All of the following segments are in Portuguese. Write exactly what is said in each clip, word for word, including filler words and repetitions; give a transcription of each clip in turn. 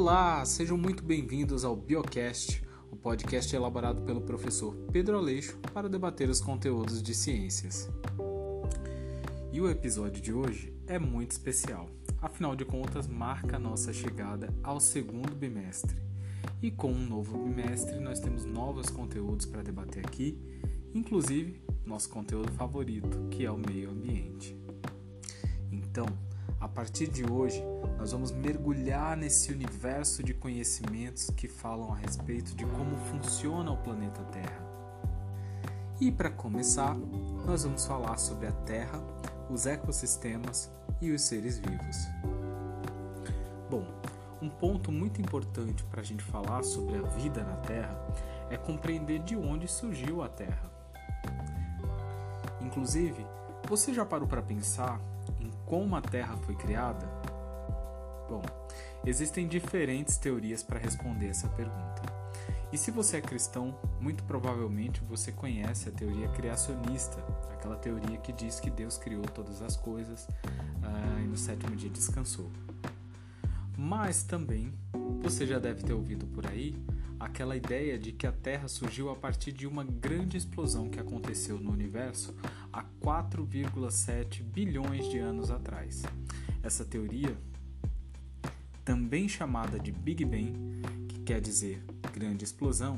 Olá, sejam muito bem-vindos ao Biocast, o podcast elaborado pelo professor Pedro Aleixo para debater os conteúdos de ciências. E o episódio de hoje é muito especial, afinal de contas marca a nossa chegada ao segundo bimestre. E com um novo bimestre nós temos novos conteúdos para debater aqui, inclusive nosso conteúdo favorito, que é o meio ambiente. Então, a partir de hoje, nós vamos mergulhar nesse universo de conhecimentos que falam a respeito de como funciona o planeta Terra. E para começar, nós vamos falar sobre a Terra, os ecossistemas e os seres vivos. Bom, um ponto muito importante para a gente falar sobre a vida na Terra é compreender de onde surgiu a Terra. Inclusive, você já parou para pensar em como a Terra foi criada? Bom, existem diferentes teorias para responder essa pergunta. E se você é cristão, muito provavelmente você conhece a teoria criacionista, aquela teoria que diz que Deus criou todas as coisas ah, e no sétimo dia descansou. Mas também você já deve ter ouvido por aí aquela ideia de que a Terra surgiu a partir de uma grande explosão que aconteceu no universo há quatro vírgula sete bilhões de anos atrás. Essa teoria, também chamada de Big Bang, que quer dizer grande explosão,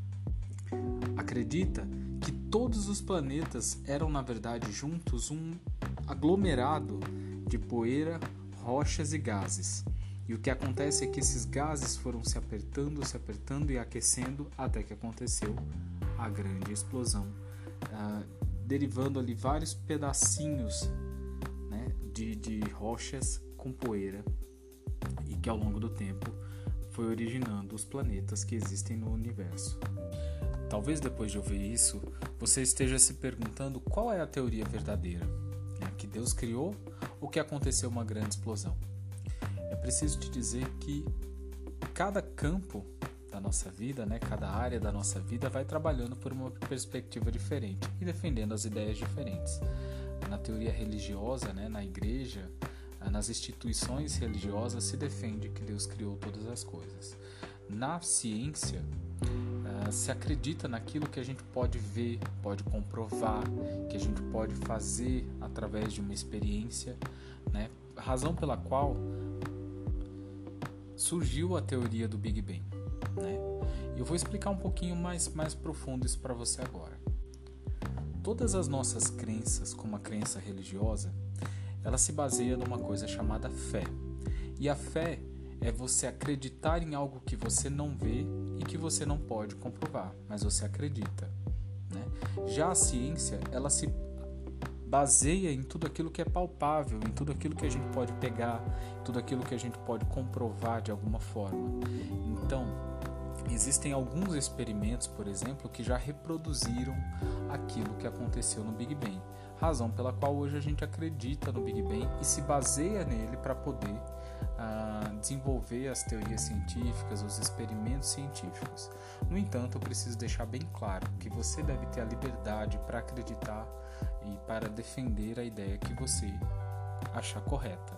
acredita que todos os planetas eram na verdade juntos um aglomerado de poeira, rochas e gases. E o que acontece é que esses gases foram se apertando, se apertando e aquecendo até que aconteceu a grande explosão, uh, derivando ali vários pedacinhos, né, de, de rochas com poeira e que ao longo do tempo foi originando os planetas que existem no universo. Talvez depois de ouvir isso, você esteja se perguntando qual é a teoria verdadeira, né, que Deus criou ou que aconteceu uma grande explosão. É preciso te dizer que cada campo da nossa vida, né, cada área da nossa vida vai trabalhando por uma perspectiva diferente e defendendo as ideias diferentes. Na teoria religiosa, né, na igreja, nas instituições religiosas se defende que Deus criou todas as coisas. Na ciência, uh, se acredita naquilo que a gente pode ver, pode comprovar, que a gente pode fazer através de uma experiência, né, razão pela qual surgiu a teoria do Big Bang, né? Eu vou explicar um pouquinho mais, mais profundo isso para você agora. Todas as nossas crenças, como a crença religiosa, ela se baseia numa coisa chamada fé. E a fé é você acreditar em algo que você não vê e que você não pode comprovar, mas você acredita, né? Já a ciência, ela se baseia em tudo aquilo que é palpável, em tudo aquilo que a gente pode pegar, tudo aquilo que a gente pode comprovar de alguma forma. Então, existem alguns experimentos, por exemplo, que já reproduziram aquilo que aconteceu no Big Bang, razão pela qual hoje a gente acredita no Big Bang e se baseia nele para poder ah, desenvolver as teorias científicas, os experimentos científicos. No entanto, eu preciso deixar bem claro que você deve ter a liberdade para acreditar e para defender a ideia que você achar correta.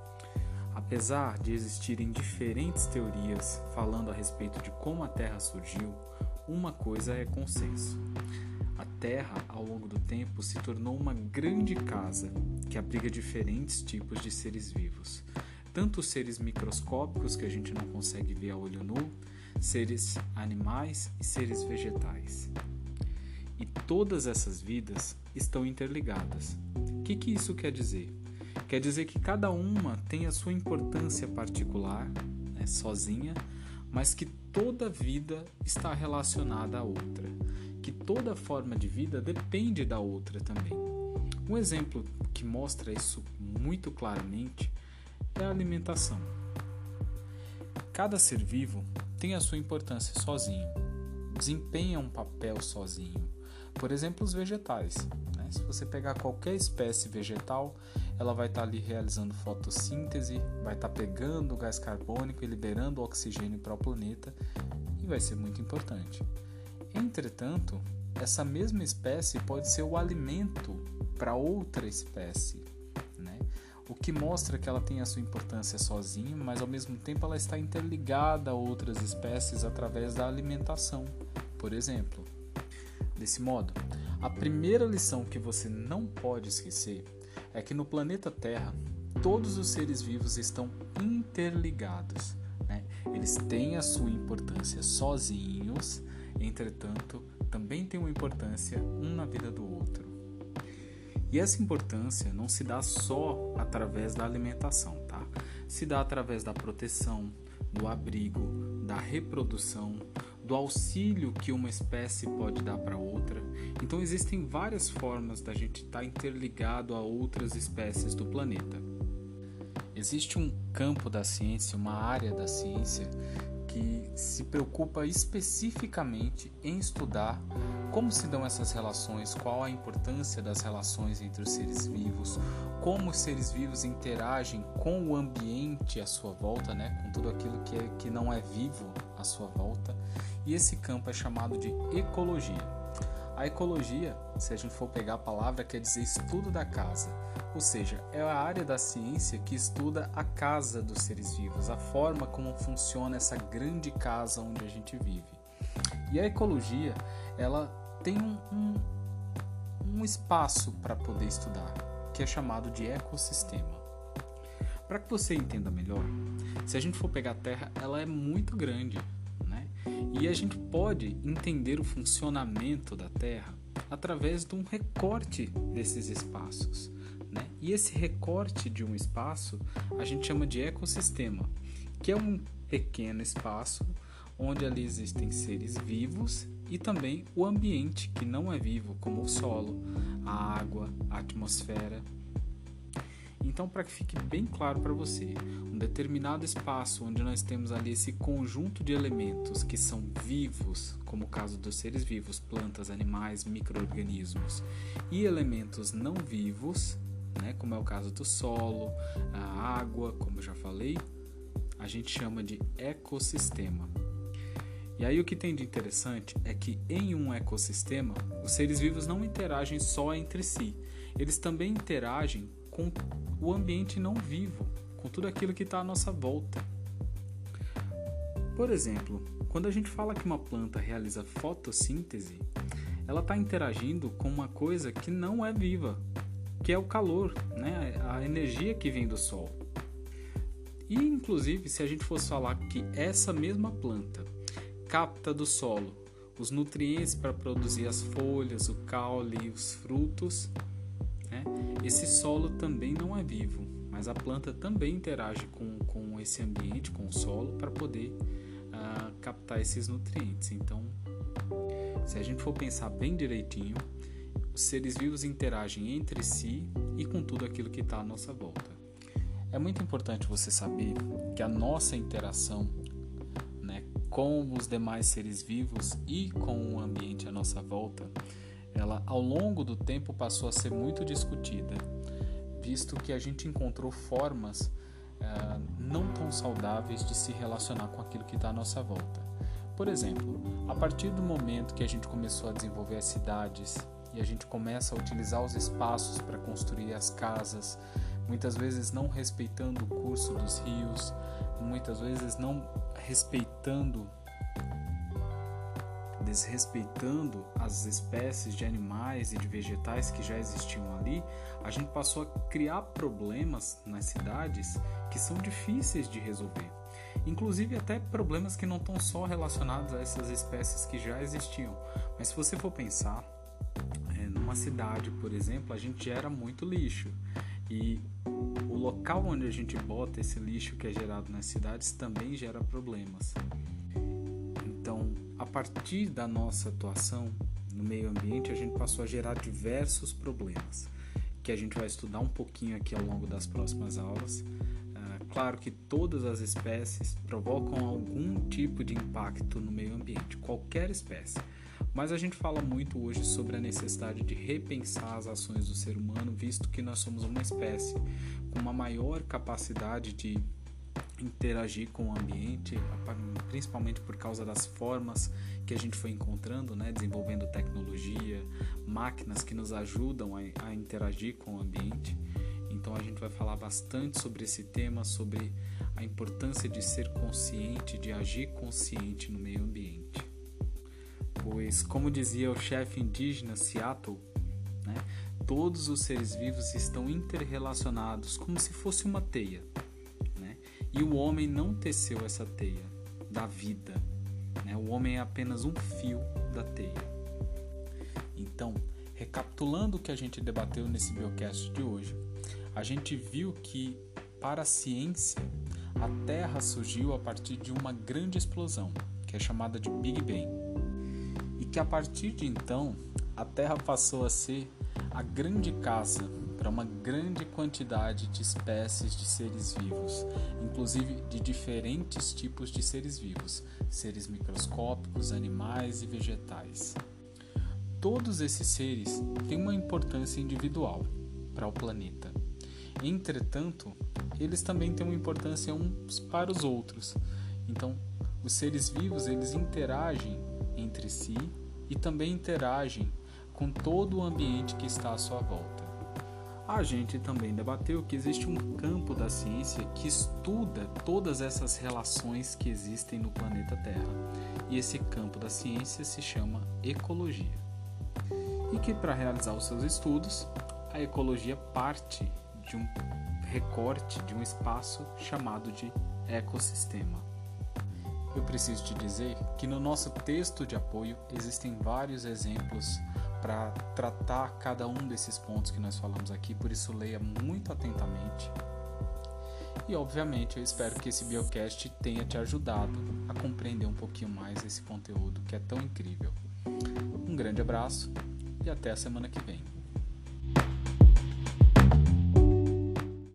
Apesar de existirem diferentes teorias falando a respeito de como a Terra surgiu, uma coisa é consenso. A Terra, ao longo do tempo, se tornou uma grande casa que abriga diferentes tipos de seres vivos. Tanto os seres microscópicos que a gente não consegue ver a olho nu, seres animais e seres vegetais. E todas essas vidas estão interligadas. O que, que isso quer dizer? Quer dizer que cada uma tem a sua importância particular, né, sozinha, mas que toda vida está relacionada à outra, que toda forma de vida depende da outra também. Um exemplo que mostra isso muito claramente é a alimentação. Cada ser vivo tem a sua importância sozinho, desempenha um papel sozinho. Por exemplo, os vegetais, né? Se você pegar qualquer espécie vegetal, ela vai estar ali realizando fotossíntese, vai estar pegando o gás carbônico e liberando o oxigênio para o planeta e vai ser muito importante. Entretanto, essa mesma espécie pode ser o alimento para outra espécie, né? o que mostra que ela tem a sua importância sozinha, mas ao mesmo tempo ela está interligada a outras espécies através da alimentação, por exemplo. Desse modo, a primeira lição que você não pode esquecer é que no planeta Terra todos os seres vivos estão interligados, né? Eles têm a sua importância sozinhos, entretanto, também têm uma importância um na vida do outro. E essa importância não se dá só através da alimentação, tá? Se dá através da proteção, do abrigo, da reprodução, do auxílio que uma espécie pode dar para outra. Então existem várias formas da gente estar interligado a outras espécies do planeta. Existe um campo da ciência, uma área da ciência que se preocupa especificamente em estudar como se dão essas relações, qual a importância das relações entre os seres vivos, como os seres vivos interagem com o ambiente à sua volta, né? Com tudo aquilo que, é, que não é vivo à sua volta. E esse campo é chamado de ecologia. A ecologia, se a gente for pegar a palavra, quer dizer estudo da casa, ou seja, é a área da ciência que estuda a casa dos seres vivos, a forma como funciona essa grande casa onde a gente vive. E a ecologia, ela tem um, um, um espaço para poder estudar, que é chamado de ecossistema. Para que você entenda melhor, se a gente for pegar a Terra, ela é muito grande, né? E a gente pode entender o funcionamento da Terra através de um recorte desses espaços, né? E esse recorte de um espaço a gente chama de ecossistema, que é um pequeno espaço onde ali existem seres vivos e também o ambiente que não é vivo, como o solo, a água, a atmosfera. Então, para que fique bem claro para você, um determinado espaço onde nós temos ali esse conjunto de elementos que são vivos, como o caso dos seres vivos, plantas, animais, micro-organismos, e elementos não vivos, né, como é o caso do solo, a água, como eu já falei, a gente chama de ecossistema. E aí o que tem de interessante é que em um ecossistema, os seres vivos não interagem só entre si, eles também interagem com o ambiente não vivo, com tudo aquilo que está à nossa volta. Por exemplo, quando a gente fala que uma planta realiza fotossíntese, ela está interagindo com uma coisa que não é viva, que é o calor, né? A energia que vem do sol. E, inclusive, se a gente fosse falar que essa mesma planta capta do solo os nutrientes para produzir as folhas, o caule e os frutos, né? Esse solo também não é vivo, mas a planta também interage com, com esse ambiente, com o solo, para poder uh, captar esses nutrientes. Então, se a gente for pensar bem direitinho, os seres vivos interagem entre si e com tudo aquilo que está à nossa volta. É muito importante você saber que a nossa interação, né, com os demais seres vivos e com o ambiente à nossa volta, ela ao longo do tempo passou a ser muito discutida, visto que a gente encontrou formas uh, não tão saudáveis de se relacionar com aquilo que está à nossa volta. Por exemplo, a partir do momento que a gente começou a desenvolver as cidades e a gente começa a utilizar os espaços para construir as casas, muitas vezes não respeitando o curso dos rios, muitas vezes não respeitando desrespeitando as espécies de animais e de vegetais que já existiam ali, a gente passou a criar problemas nas cidades que são difíceis de resolver. Inclusive até problemas que não estão só relacionados a essas espécies que já existiam. Mas se você for pensar, é, numa cidade, por exemplo, a gente gera muito lixo. E o local onde a gente bota esse lixo que é gerado nas cidades também gera problemas. Então, a partir da nossa atuação no meio ambiente, a gente passou a gerar diversos problemas, que a gente vai estudar um pouquinho aqui ao longo das próximas aulas. É, claro que todas as espécies provocam algum tipo de impacto no meio ambiente, qualquer espécie. Mas a gente fala muito hoje sobre a necessidade de repensar as ações do ser humano, visto que nós somos uma espécie com uma maior capacidade de interagir com o ambiente, principalmente por causa das formas que a gente foi encontrando, né? Desenvolvendo tecnologia, máquinas que nos ajudam a, a interagir com o ambiente. Então a gente vai vai falar bastante sobre esse tema, sobre a importância de ser consciente, de agir consciente no meio ambiente. Pois, como dizia o chefe indígena Seattle, né, todos os seres vivos estão interrelacionados como se fosse uma teia, né? E o homem não teceu essa teia da vida, né? O homem é apenas um fio da teia. Então, recapitulando o que a gente debateu nesse biocast de hoje, a gente viu que, para a ciência, a Terra surgiu a partir de uma grande explosão, que é chamada de Big Bang. E que a partir de então, a Terra passou a ser a grande casa para uma grande quantidade de espécies de seres vivos, inclusive de diferentes tipos de seres vivos, seres microscópicos, animais e vegetais. Todos esses seres têm uma importância individual para o planeta. Entretanto, eles também têm uma importância uns para os outros. Então, os seres vivos, eles interagem entre si e também interagem com todo o ambiente que está à sua volta. A gente também debateu que existe um campo da ciência que estuda todas essas relações que existem no planeta Terra. E esse campo da ciência se chama ecologia. E que, para realizar os seus estudos, a ecologia parte de um recorte de um espaço chamado de ecossistema. Eu preciso te dizer que no nosso texto de apoio existem vários exemplos para tratar cada um desses pontos que nós falamos aqui, por isso leia muito atentamente. E obviamente eu espero que esse biocast tenha te ajudado a compreender um pouquinho mais esse conteúdo que é tão incrível. Um grande abraço e até a semana que vem.